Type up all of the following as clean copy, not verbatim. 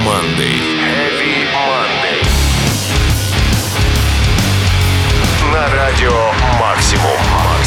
Monday. Heavy Monday. На радио Максимум.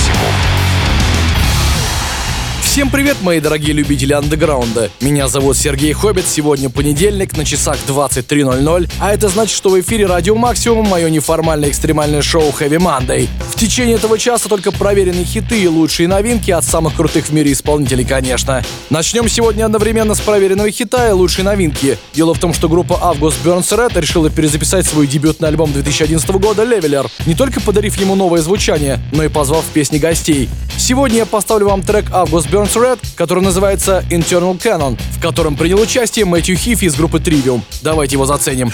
Всем привет, мои дорогие любители андеграунда. Меня зовут Сергей Хоббит. Сегодня понедельник, на часах 23:00. А это значит, что в эфире Радио Максимум мое неформальное экстремальное шоу Heavy Monday. В течение этого часа только проверенные хиты и лучшие новинки от самых крутых в мире исполнителей, конечно. Начнем сегодня одновременно с проверенного хита и лучшей новинки. Дело в том, что группа August Burns Red решила перезаписать свой дебютный альбом 2011 года «Leveler», не только подарив ему новое звучание, но и позвав в песни гостей. Сегодня я поставлю вам трек August Burns Red, который называется Internal Canon, в котором принял участие Мэтью Хифи из группы Trivium. Давайте его заценим.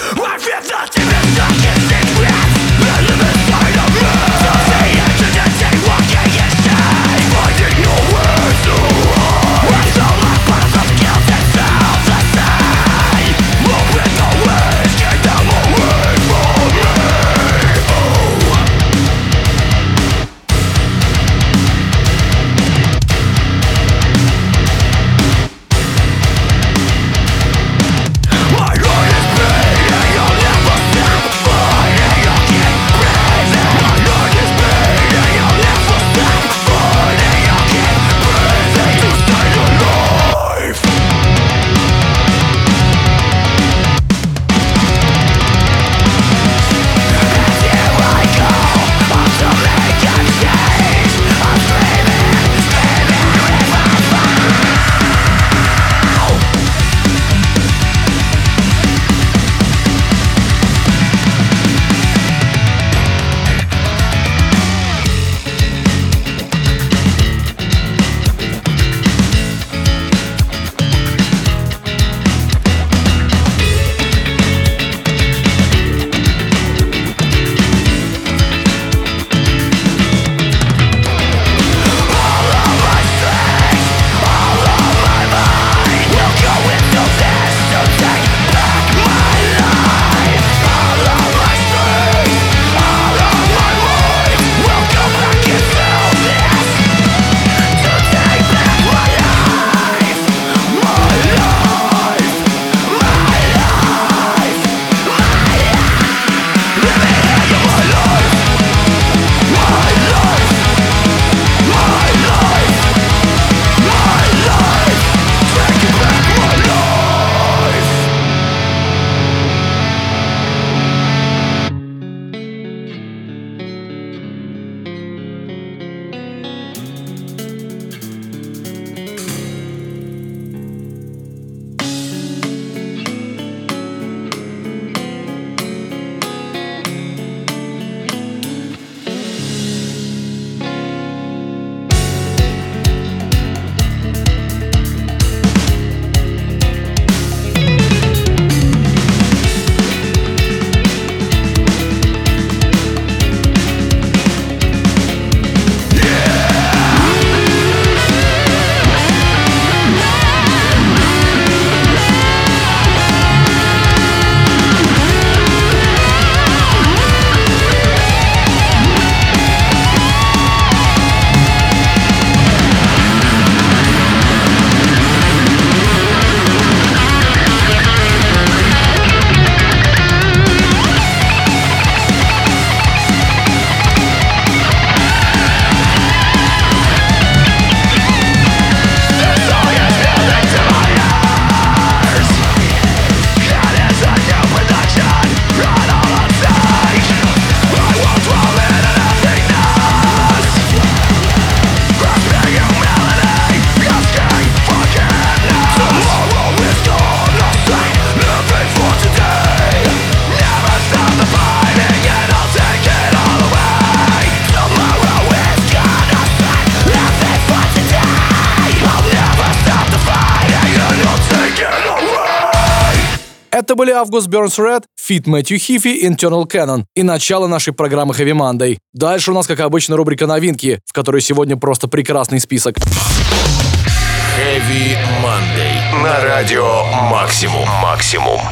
Это были August Burns Red, фит Мэтью Хифи, Internal Canon и начало нашей программы Heavy Monday. Дальше у нас, как обычно, рубрика «Новинки», в которой сегодня просто прекрасный список. Heavy Monday на радио Максимум.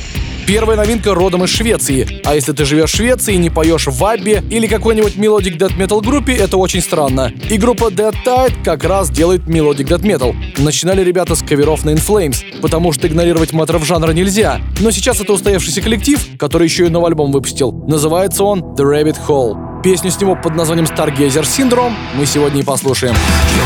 Первая новинка родом из Швеции. А если ты живешь в Швеции и не поешь в Аббе или какой-нибудь Melodic Death Metal группе, это очень странно. И группа Dead Tide как раз делает Melodic Death Metal. Начинали ребята с каверов на In Flames, потому что игнорировать мэтров жанра нельзя. Но сейчас это устоявшийся коллектив, который еще и новый альбом выпустил. Называется он The Rabbit Hole. Песню с него под названием Stargazer Syndrome мы сегодня и послушаем.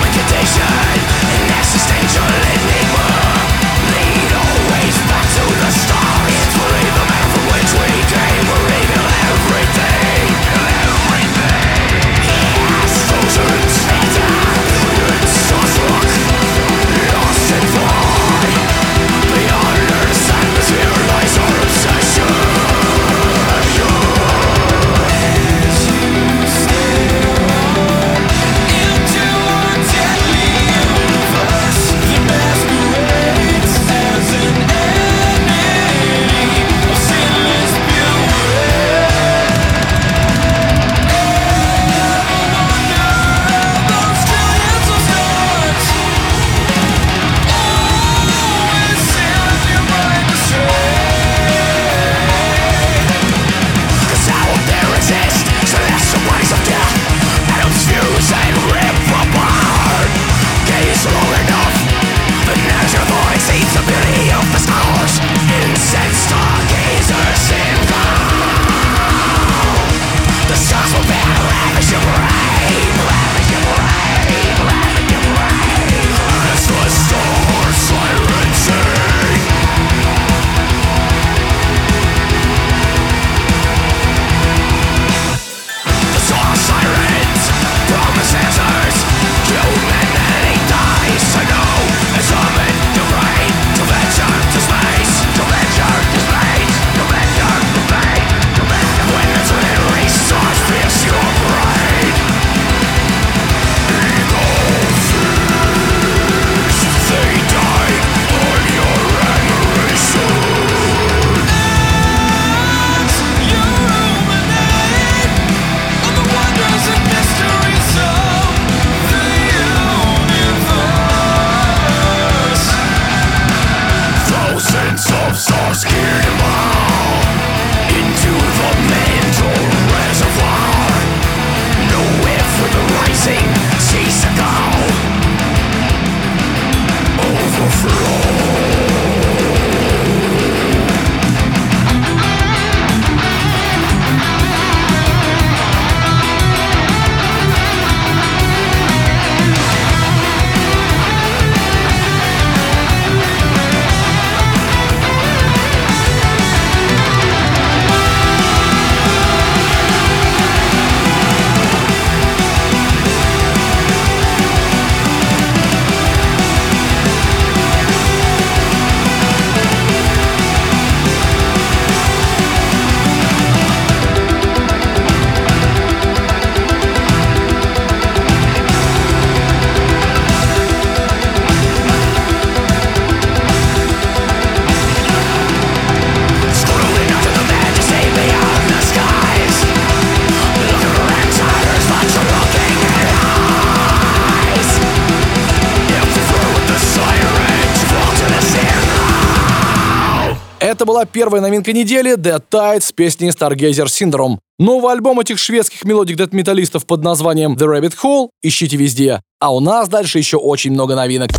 Это была первая новинка недели Dead Tide с песней Stargazer Syndrome. Новый альбом этих шведских мелодик-дэт-металлистов под названием The Rabbit Hole ищите везде. А у нас дальше еще очень много новинок.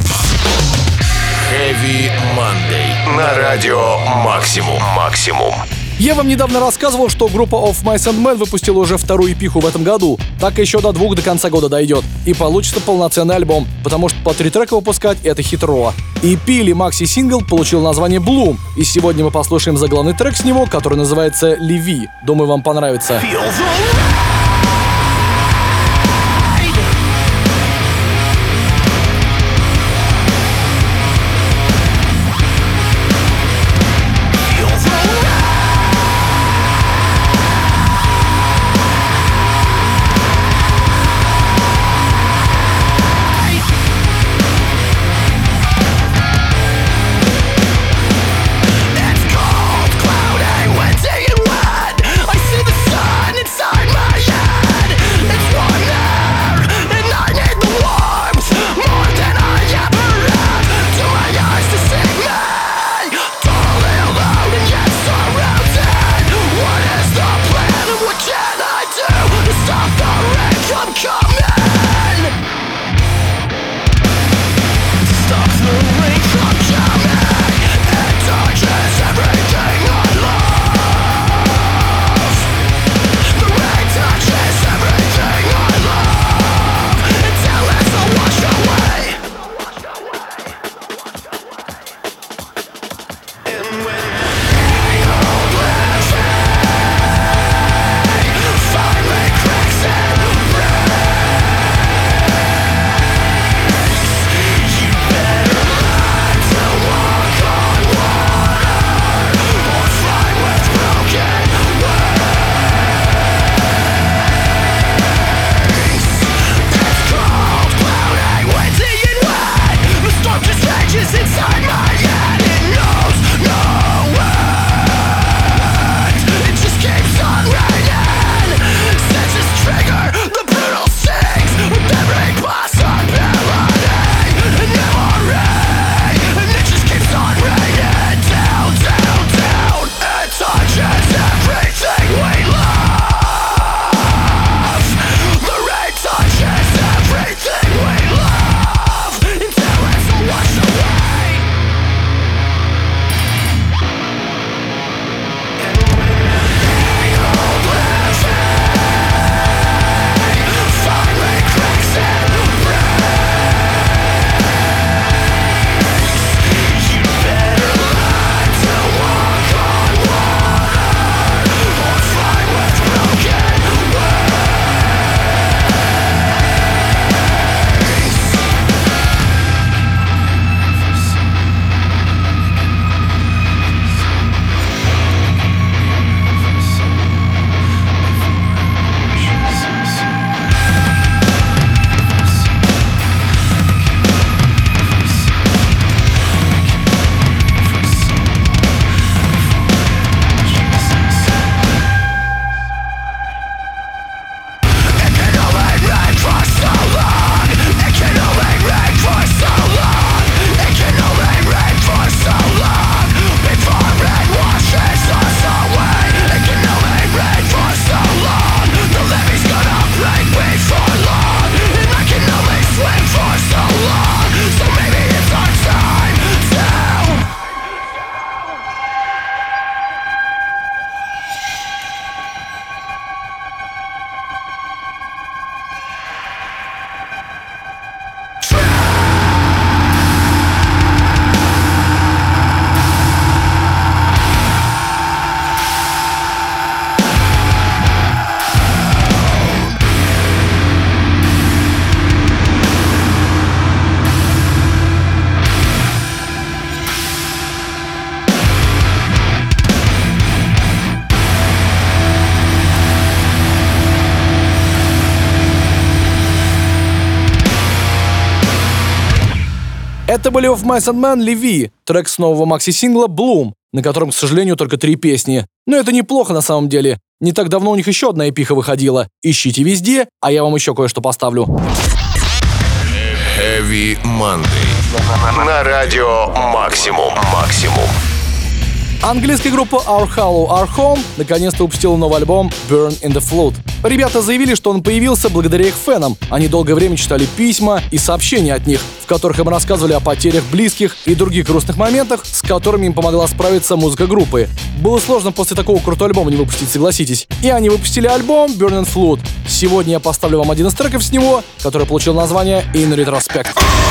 Heavy Monday на радио Максимум. Я вам недавно рассказывал, что группа Of Mice and Men выпустила уже вторую эпиху в этом году. Так еще до 2 до конца года дойдет. И получится полноценный альбом, потому что по 3 трека выпускать — это хитро. EP или макси-сингл получил название Bloom. И сегодня мы послушаем заглавный трек с него, который называется Levi. Думаю, вам понравится. Inside my Это были Of Mice and Men, Levi, трек с нового макси-сингла Bloom, на котором, к сожалению, только 3 песни. Но это неплохо на самом деле. Не так давно у них еще одна эпиха выходила. Ищите везде, а я вам еще кое-что поставлю. Heavy Monday. На радио Максимум. Английская группа Our Hollow, Our Home наконец-то выпустила новый альбом Burn in the Flood. Ребята заявили, что он появился благодаря их фенам. Они долгое время читали письма и сообщения от них, в которых им рассказывали о потерях близких и других грустных моментах, с которыми им помогла справиться музыка группы. Было сложно после такого крутого альбома не выпустить, согласитесь. И они выпустили альбом Burn in the Flood. Сегодня я поставлю вам один из треков с него, который получил название In Retrospect.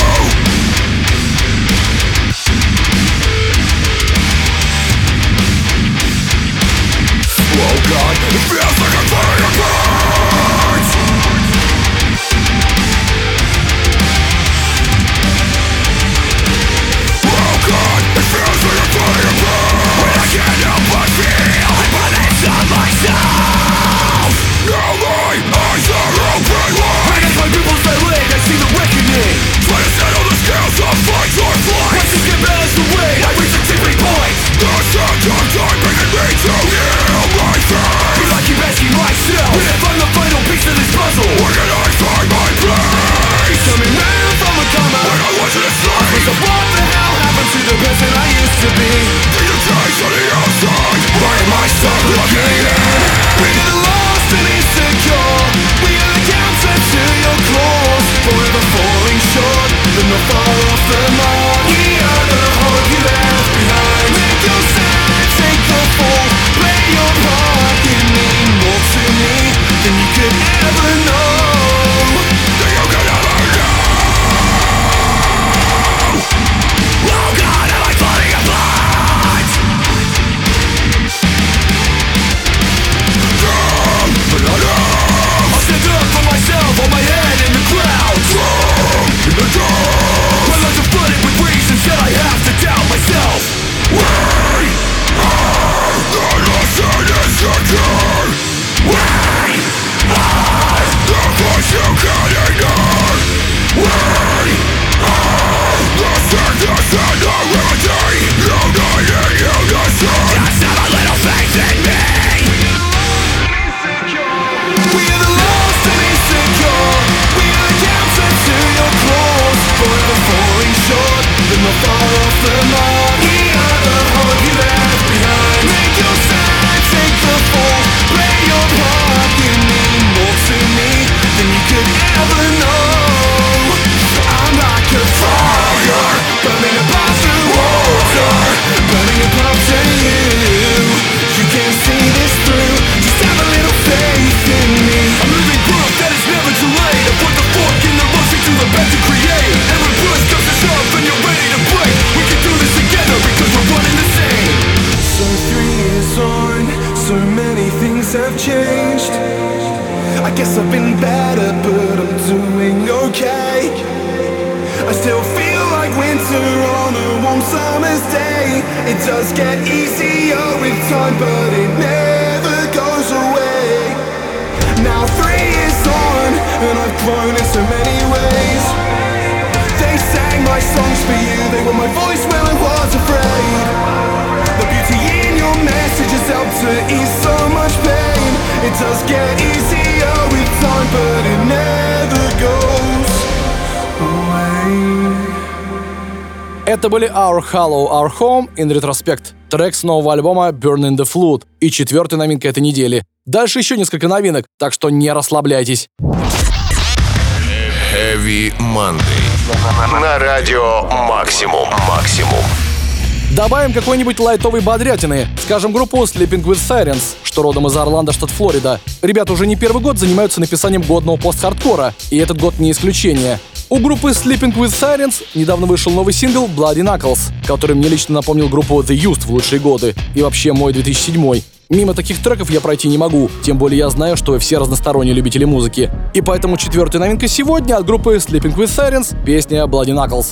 Oh God, it feels like I'm falling apart. Oh God, it feels like I'm falling apart. When I can't help but feel the bullets on myself. Now my eyes are open wide. And as my people stay late, I see the reckoning. Try to settle the scales of fight or flight. Once you can balance the weight, I reach a tipping point. The sands of time bringing me to heal my fate. But I keep asking myself, when I find the final piece of this puzzle, where can I find my place? Coming round from a coma, when I wasn't a slave. So what the hell happened to the person I used to be? The taste on the outside, why am I stuck looking in? We are lost and insecure. We are the counter to your claws. Forever falling short, but not far off the mark. We are the hope you left behind. Make your stand, take your fall, play your part. You mean more to me than you could ever know. Than you could ever know. Oh God, am I falling apart? But I know I'll stand up for myself, hold my head in the clouds. In the dark, my lungs are flooded with reasons that I have to doubt myself. We are the lost and insecure. We are the voice you can't ignore. We are the sickness and the remedy. United, unison. Just have a little faith in me. We are the lost and insecure. We are the counter to your claws. Forever falling short, but not far off the mark. We are the hope you left behind. Make your stand, take the fall, play your part. You mean more to me than you could ever know. I'm like a fire, burning apart the water, burning apart to you. You can't see this through, just have a little faith in me. I'm living proof that it's never too late. I put the fork in the road, to the bed to create. Every push comes to shove and you're ready to break. We can do this together because we're one and the same. So 3 years on, so many things have changed. I guess I've been better, but I'm doing okay. I still feel like winter on a warm summer's day. It does get easier with time, but it never goes away. Now 3 years on, and I've grown in so many ways. They sang my songs for you, they were my voice when I was afraid. The beauty in your messages helped to ease so much pain. It does get easier with time, but it never goes away. Это были Our Hollow, Our Home, In Retrospect. Трек с нового альбома Burn in the Flood. И 4-я новинка этой недели. Дальше еще несколько новинок, так что не расслабляйтесь. Heavy Monday. На радио Максимум. Добавим какой-нибудь лайтовой бодрятины. Скажем, группу Sleeping with Sirens, что родом из Орландо, штат Флорида. Ребята уже не первый год занимаются написанием годного пост-хардкора, и этот год не исключение. У группы Sleeping with Sirens недавно вышел новый сингл Bloody Knuckles, который мне лично напомнил группу The Used в лучшие годы, и вообще мой 2007. Мимо таких треков я пройти не могу, тем более я знаю, что вы все разносторонние любители музыки. И поэтому 4-я новинка сегодня от группы Sleeping with Sirens — песня Bloody Knuckles.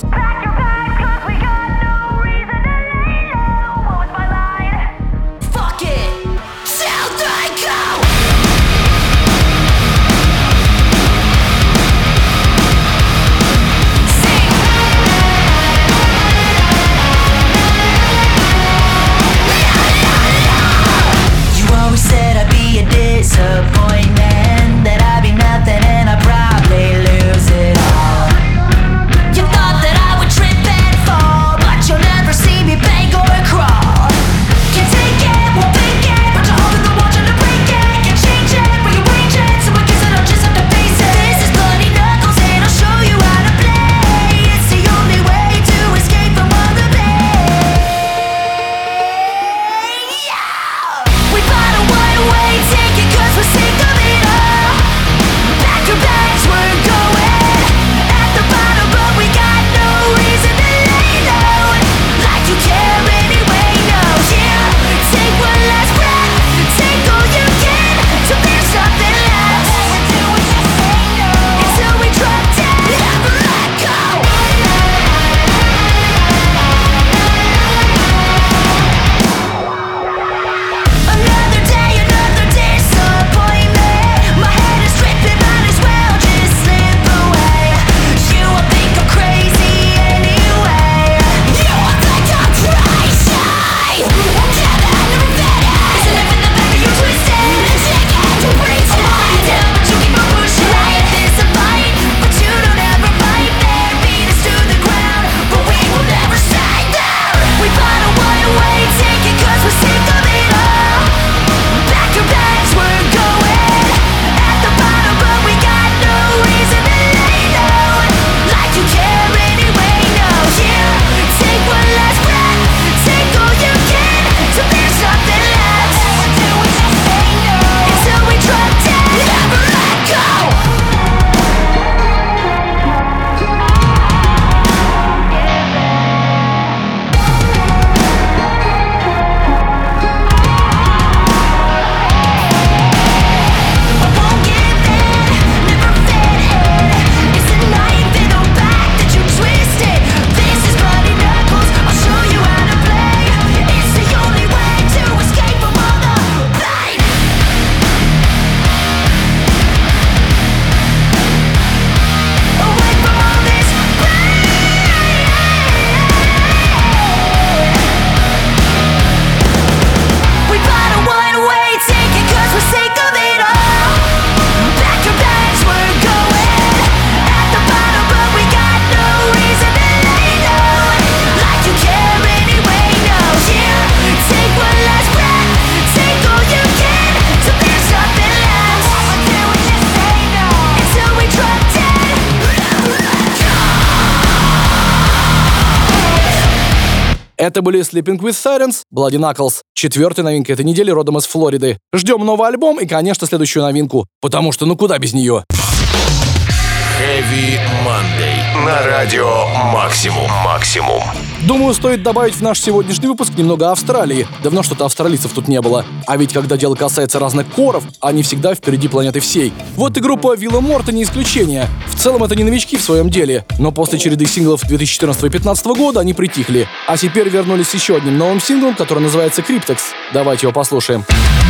Это были Sleeping with Sirens, Bloody Knuckles. 4-я новинка этой недели, родом из Флориды. Ждем новый альбом и, конечно, следующую новинку. Потому что, куда без нее? Heavy Monday на радио Максимум. Думаю, стоит добавить в наш сегодняшний выпуск немного Австралии. Давно что-то австралийцев тут не было. А ведь когда дело касается разных коров, они всегда впереди планеты всей. Вот и группа Вилла Морта не исключение. В целом это не новички в своем деле. Но после череды синглов 2014 и 2015 года они притихли. А теперь вернулись с еще одним новым синглом, который называется Cryptex. Давайте его послушаем.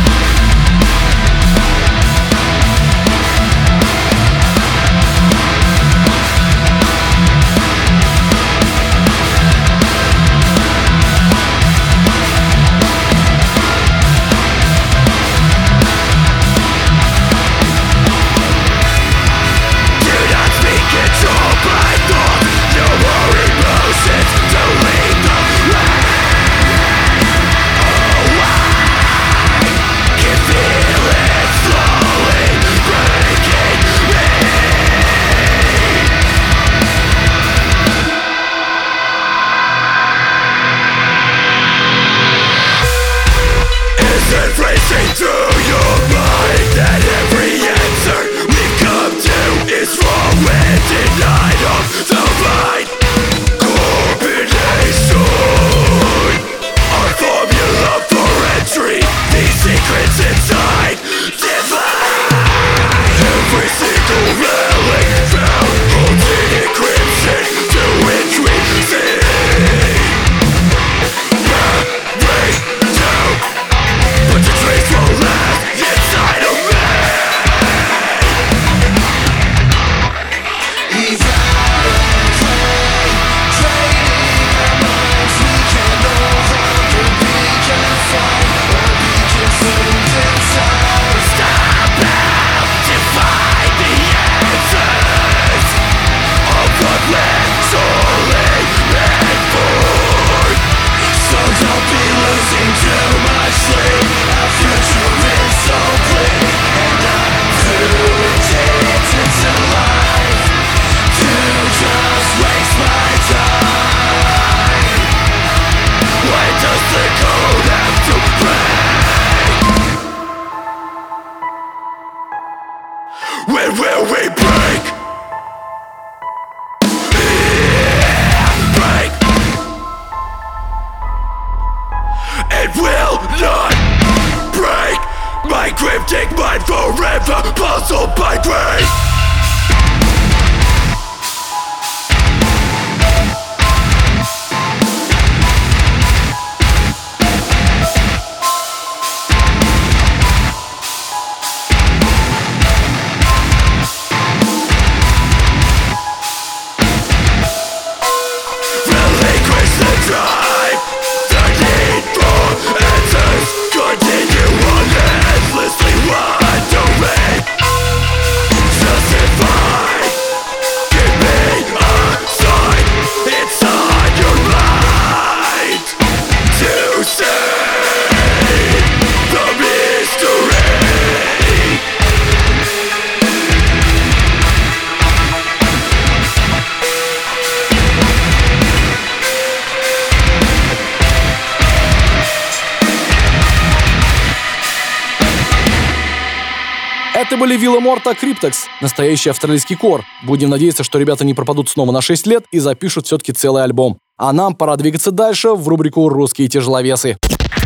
Это были Вилла Морта, Cryptex, настоящий австралийский кор. Будем надеяться, что ребята не пропадут снова на 6 лет и запишут все-таки целый альбом. А нам пора двигаться дальше в рубрику «Русские тяжеловесы».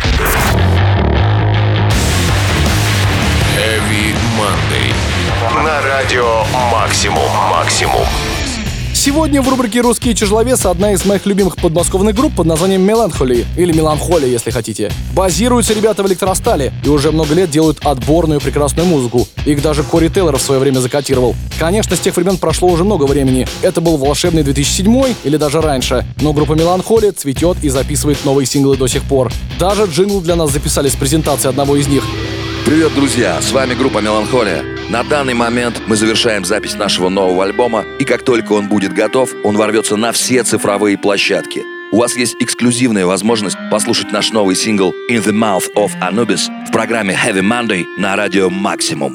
Heavy Monday на радио Максимум. Сегодня в рубрике «Русские тяжеловесы» одна из моих любимых подмосковных групп под названием Melancholy, или Меланхолия, если хотите. Базируются ребята в Электростале и уже много лет делают отборную прекрасную музыку. Их даже Кори Тейлор в свое время закодировал. Конечно, с тех времен прошло уже много времени. Это был волшебный 2007 или даже раньше. Но группа Меланхолия цветет и записывает новые синглы до сих пор. Даже джингл для нас записали с презентации одного из них. Привет, друзья! С вами группа Меланхолия. На данный момент мы завершаем запись нашего нового альбома, и как только он будет готов, он ворвется на все цифровые площадки. У вас есть эксклюзивная возможность послушать наш новый сингл «In the Mouth of Anubis» в программе Heavy Monday на радио Максимум.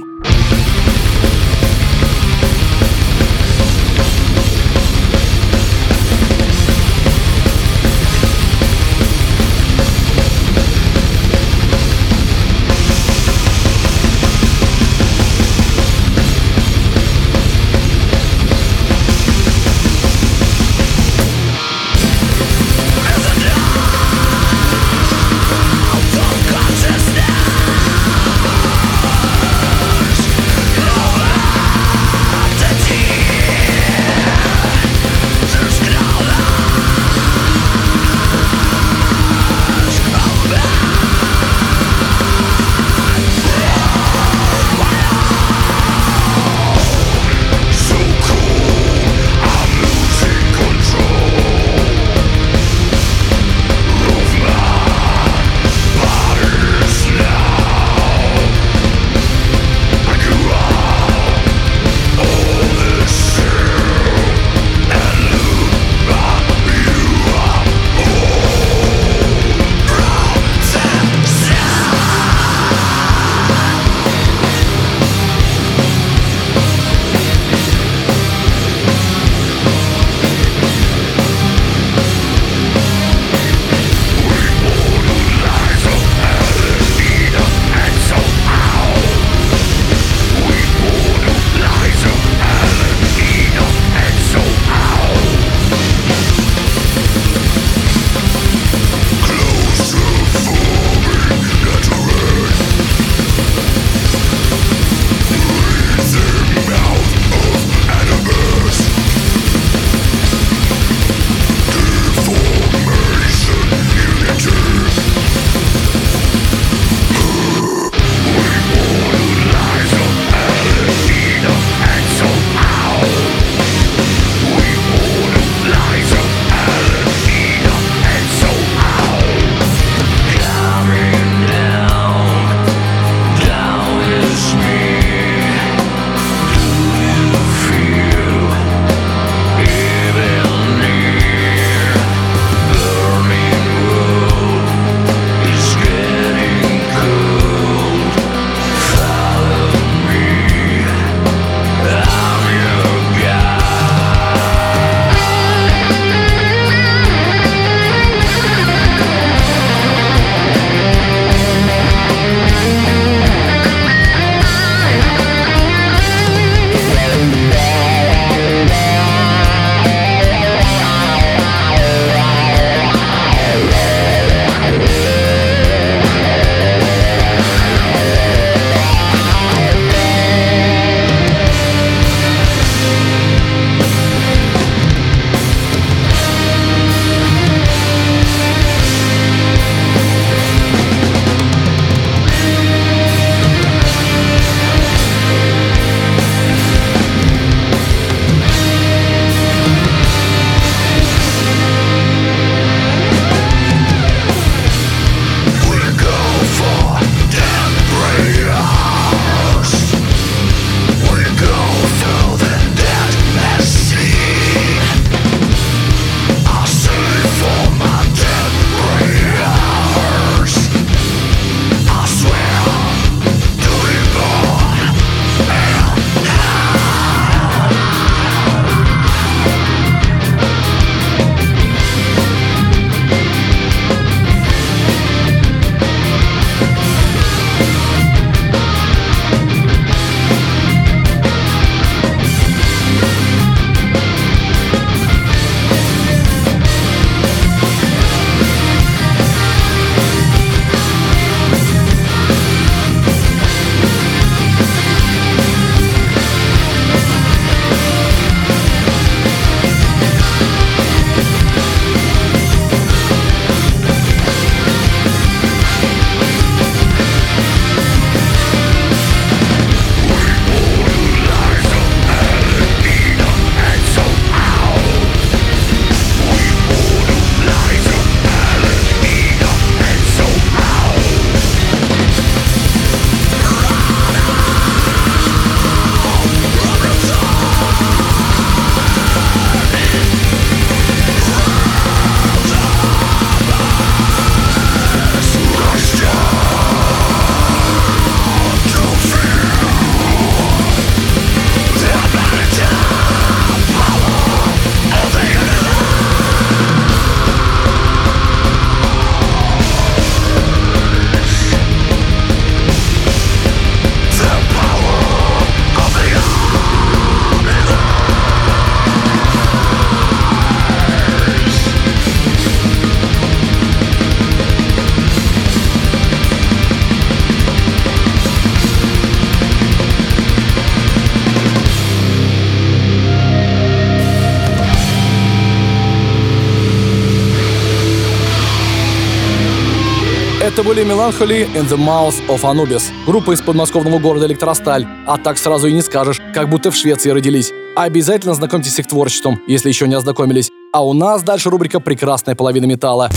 Это были Melancholy in the Mouth of Anubis, группа из подмосковного города Электросталь. А так сразу и не скажешь, как будто в Швеции родились. Обязательно знакомьтесь с их творчеством, если еще не ознакомились. А у нас дальше рубрика «Прекрасная половина металла».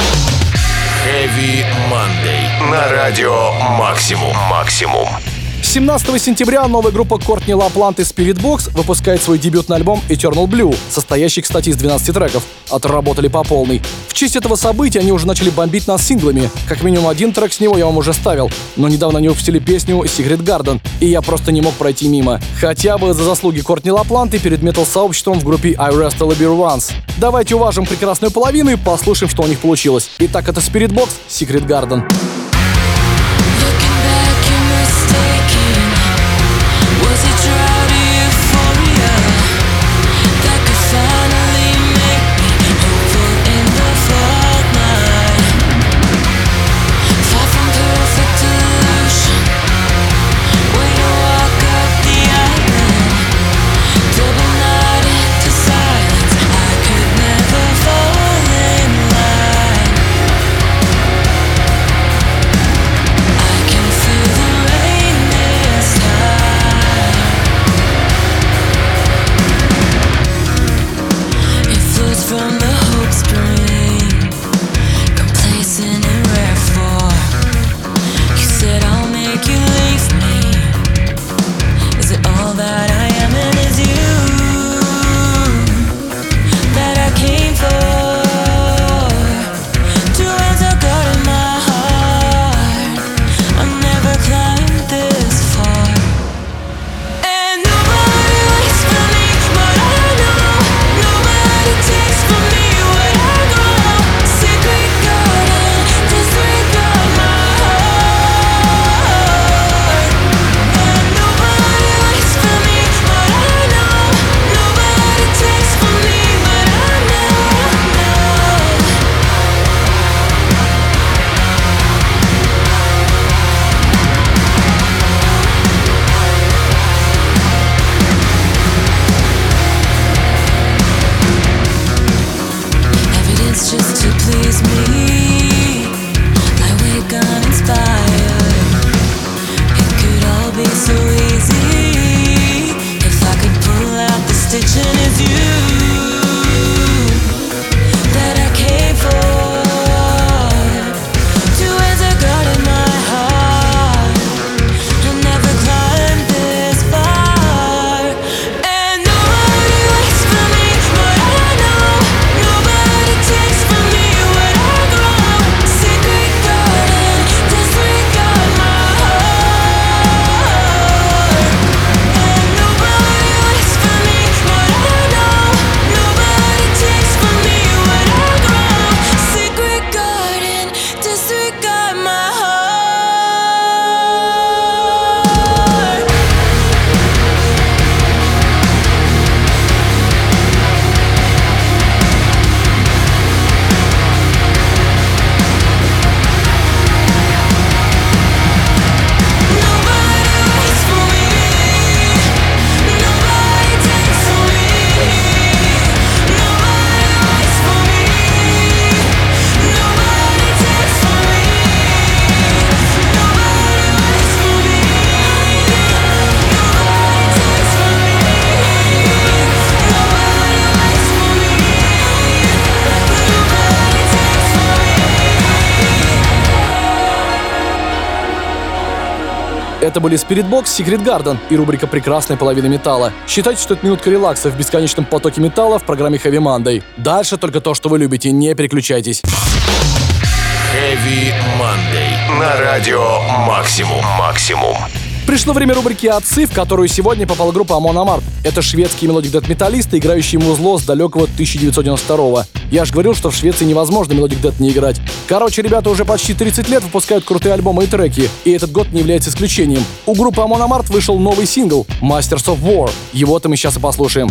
Heavy Monday. На радио Максимум. 17 сентября новая группа Кортни Лапланд и Spiritbox выпускает свой дебютный альбом Eternal Blue, состоящий, кстати, из 12 треков. Отработали по полной. В честь этого события они уже начали бомбить нас синглами. Как минимум один трек с него я вам уже ставил. Но недавно они выпустили песню Secret Garden, и я просто не мог пройти мимо. Хотя бы за заслуги Кортни Лапланд и перед метал-сообществом в группе I Rest a Beer Once. Давайте уважим прекрасную половину и послушаем, что у них получилось. Итак, это Spiritbox, Secret Garden. Это были Spiritbox, Secret Garden и рубрика «Прекрасная половина металла». Считайте, что это минутка релакса в бесконечном потоке металла в программе Heavy Monday. Дальше только то, что вы любите, не переключайтесь. Heavy Monday. На радио Максимум. Пришло время рубрики «Отцы», в которую сегодня попала группа Amon Amarth. Это шведские мелодик-дэт-металлисты, играющие музло с далекого 1992-го. Я же говорил, что в Швеции невозможно мелодик-дэт не играть. Короче, ребята уже почти 30 лет выпускают крутые альбомы и треки, и этот год не является исключением. У группы Amon Amarth вышел новый сингл «Masters of War». Его-то мы сейчас и послушаем.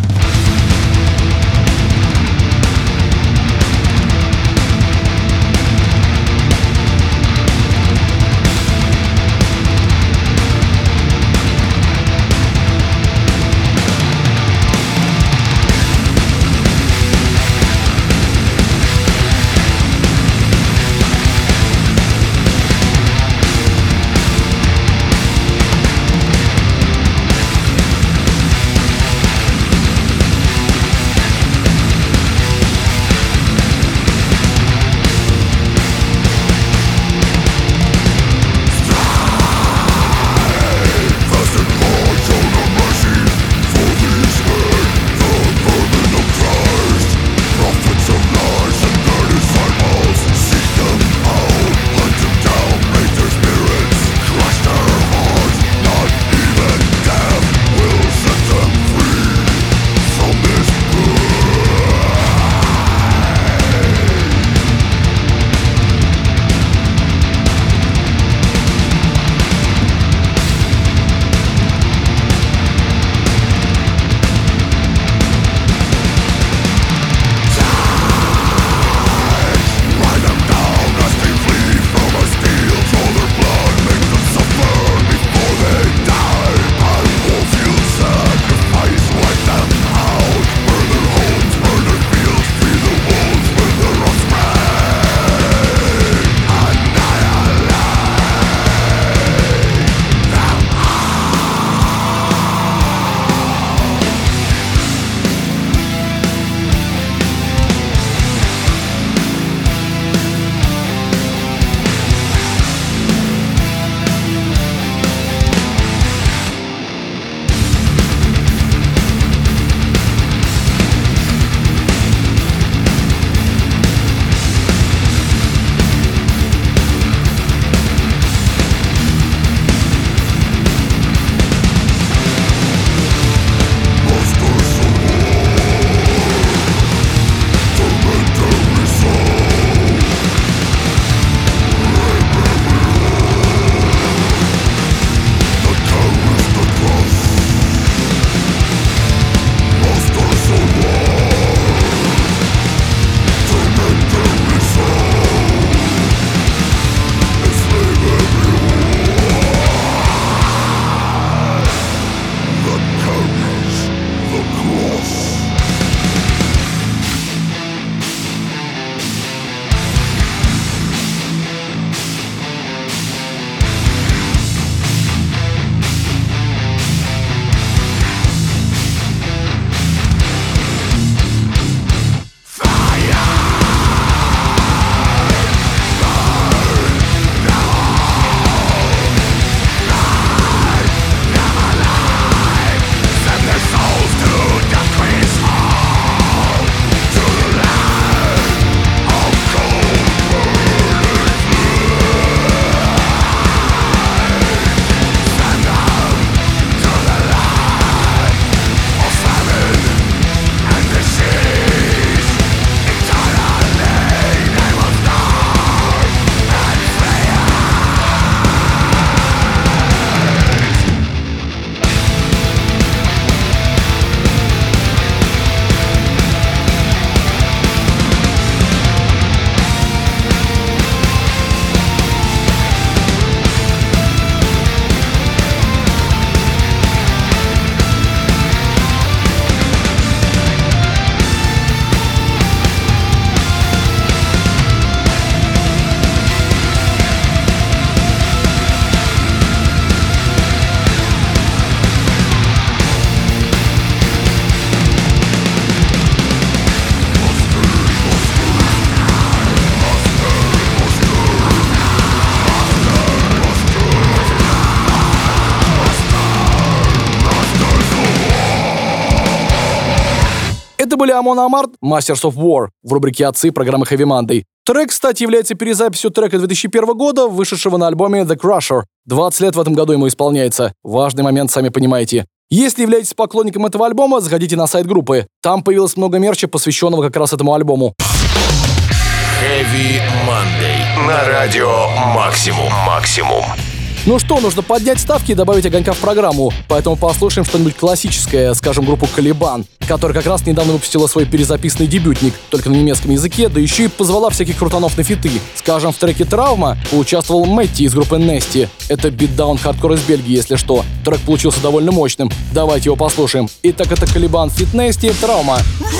были Amon Amarth, Masters of War, в рубрике «Отцы» программы Heavy Monday. Трек, кстати, является перезаписью трека 2001 года, вышедшего на альбоме The Crusher. 20 лет в этом году ему исполняется. Важный момент, сами понимаете. Если являетесь поклонником этого альбома, заходите на сайт группы. Там появилось много мерча, посвященного как раз этому альбому. Heavy Monday. На радио Максимум. Ну что, нужно поднять ставки и добавить огонька в программу. Поэтому послушаем что-нибудь классическое, скажем, группу Caliban, которая как раз недавно выпустила свой перезаписанный дебютник, только на немецком языке, да еще и позвала всяких крутанов на фиты. Скажем, в треке «Травма» поучаствовал Мэтти из группы Nasty. Это битдаун хардкор из Бельгии, если что. Трек получился довольно мощным. Давайте его послушаем. Итак, это Caliban feat. Nasty, «Травма».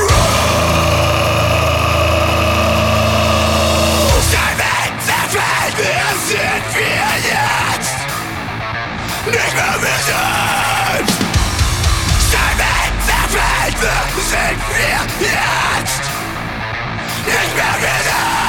Nicht mehr wissen! Steinen zerfällt, sind wir jetzt! Nicht mehr wissen!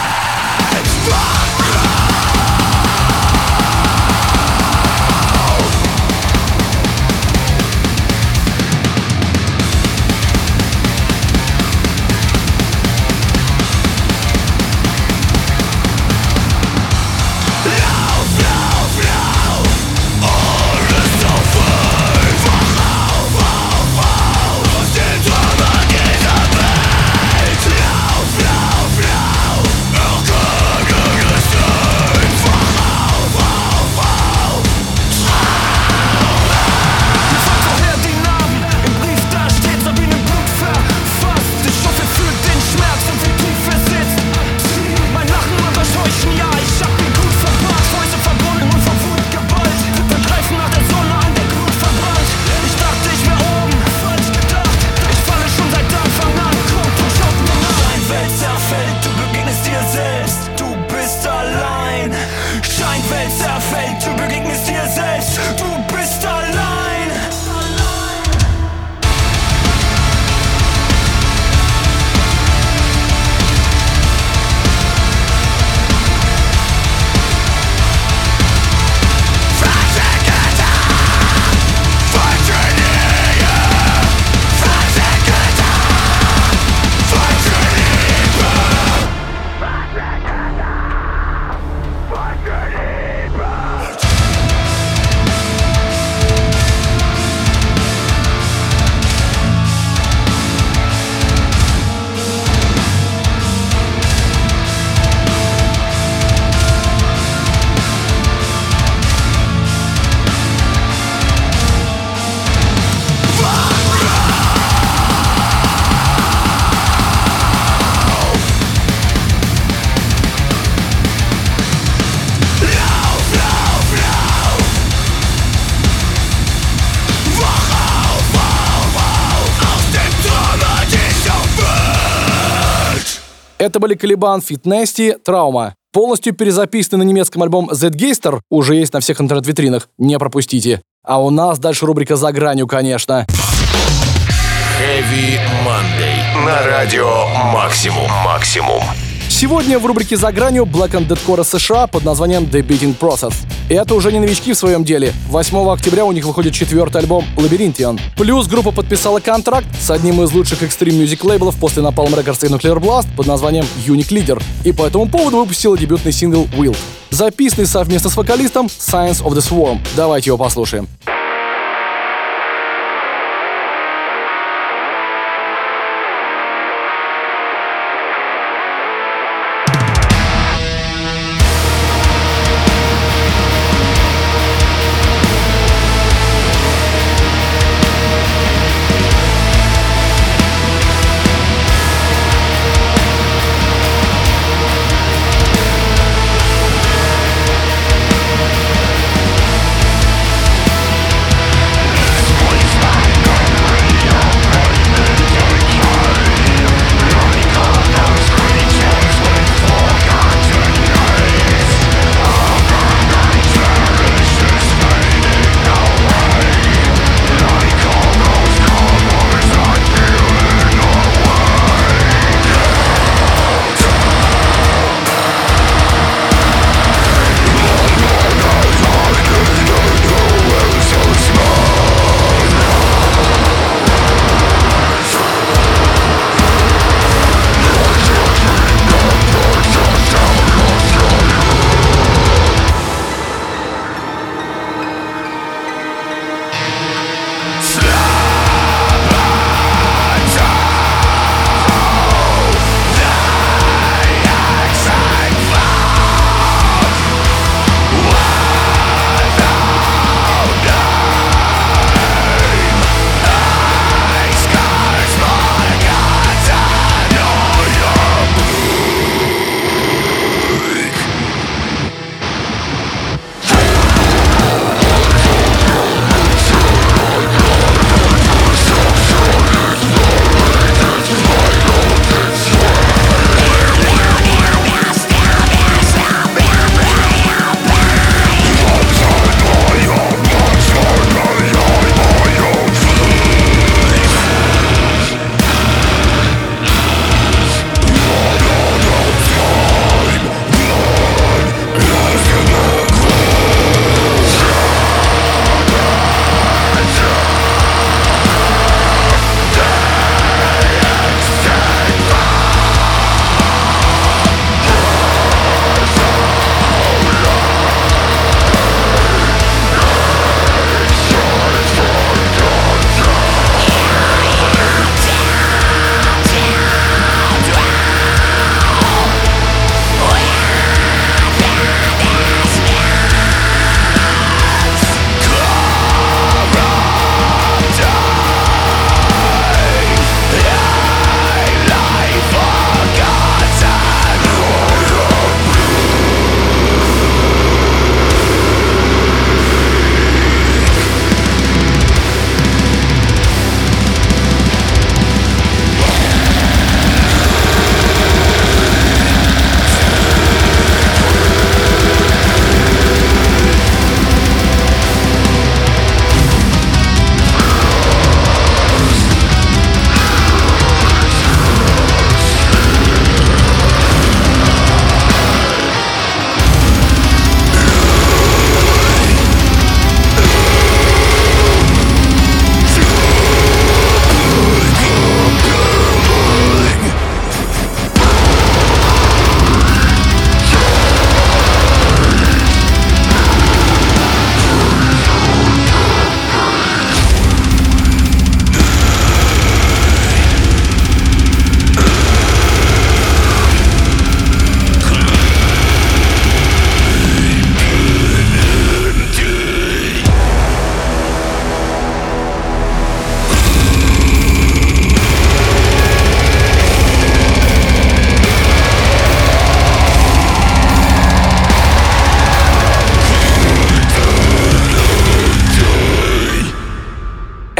Это были Caliban feat. Nasty, «Травма». Полностью перезаписанный на немецком альбом Z-Geister уже есть на всех интернет-витринах, не пропустите. А у нас дальше рубрика «За гранью», конечно. Heavy Monday. На радио Максимум. Сегодня в рубрике «За гранью» Black and Deadcore из США под названием The Beating Process. И это уже не новички в своем деле. 8 октября у них выходит 4-й альбом Labyrinthian. Плюс группа подписала контракт с одним из лучших экстрим-мьюзик лейблов после Napalm Records и Nuclear Blast под названием Unique Leader. И по этому поводу выпустила дебютный сингл Wild, записанный совместно с вокалистом Science of the Swarm. Давайте его послушаем.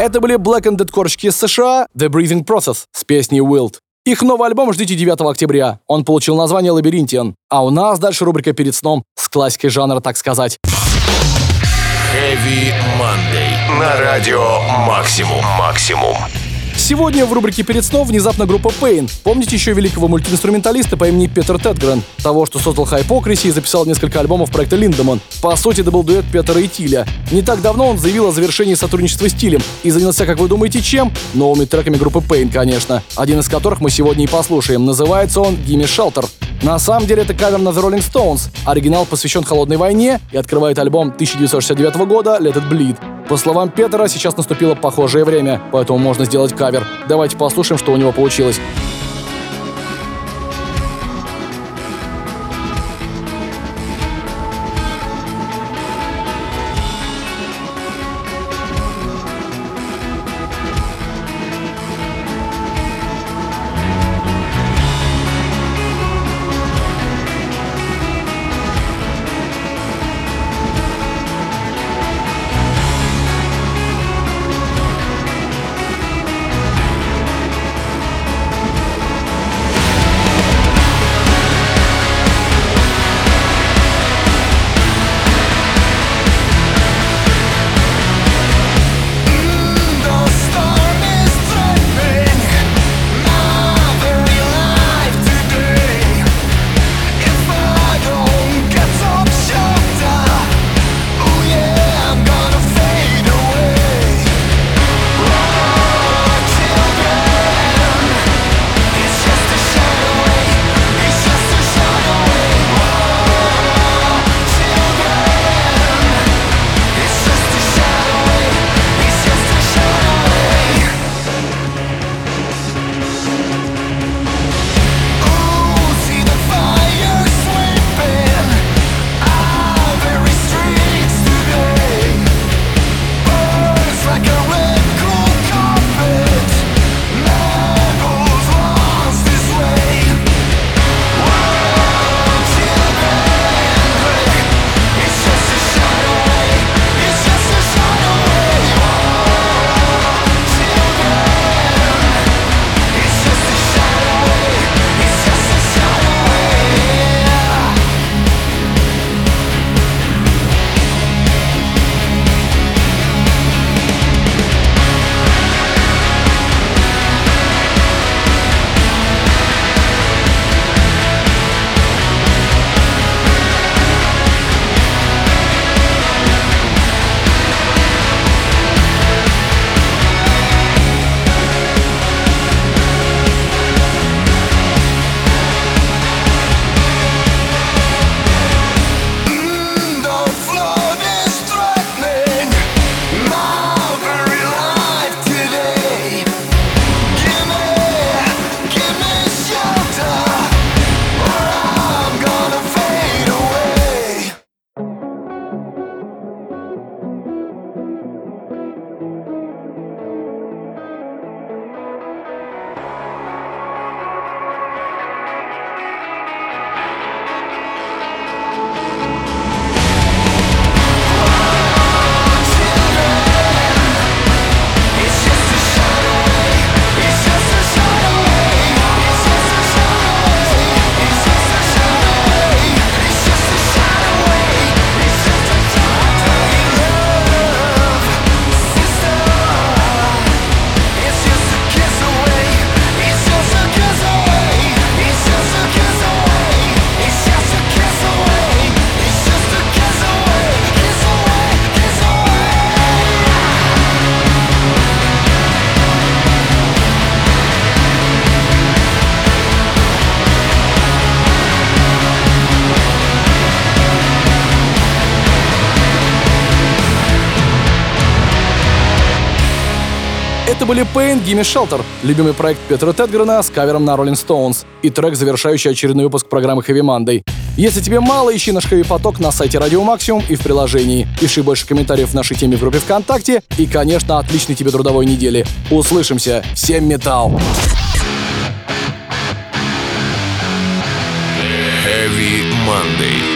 Это были Black and Deadcore-щики из США The Breathing Process с песней Wild. Их новый альбом ждите 9 октября. Он получил название Лабиринтиан. А у нас дальше рубрика «Перед сном» с классикой жанра, так сказать. Heavy Monday. На радио Максимум. Сегодня в рубрике «Перед сном» внезапно группа Pain. Помните еще великого мультиинструменталиста по имени Петер Тедгрен? Того, что создал Hypocrisy и записал несколько альбомов проекта Линдеман. По сути, это был дуэт Петера и Тиля. Не так давно он заявил о завершении сотрудничества с Тилем и занялся, как вы думаете, чем? Новыми треками группы Pain, конечно. Один из которых мы сегодня и послушаем. Называется он «Gimme Shelter». На самом деле это кавер на The Rolling Stones. Оригинал посвящен холодной войне и открывает альбом 1969 года «Let It Bleed». По словам Петера, сейчас наступило похожее время, поэтому можно сделать кавер. Давайте послушаем, что у него получилось. Это были Pain, Gimme Shelter, любимый проект Петера Тедгрена с кавером на Rolling Stones и трек, завершающий очередной выпуск программы Heavy Monday. Если тебе мало, ищи наш Heavy Поток на сайте Радио Максимум и в приложении. Пиши больше комментариев в нашей теме в группе ВКонтакте и, конечно, отличной тебе трудовой недели. Услышимся. Всем металл! Heavy Monday.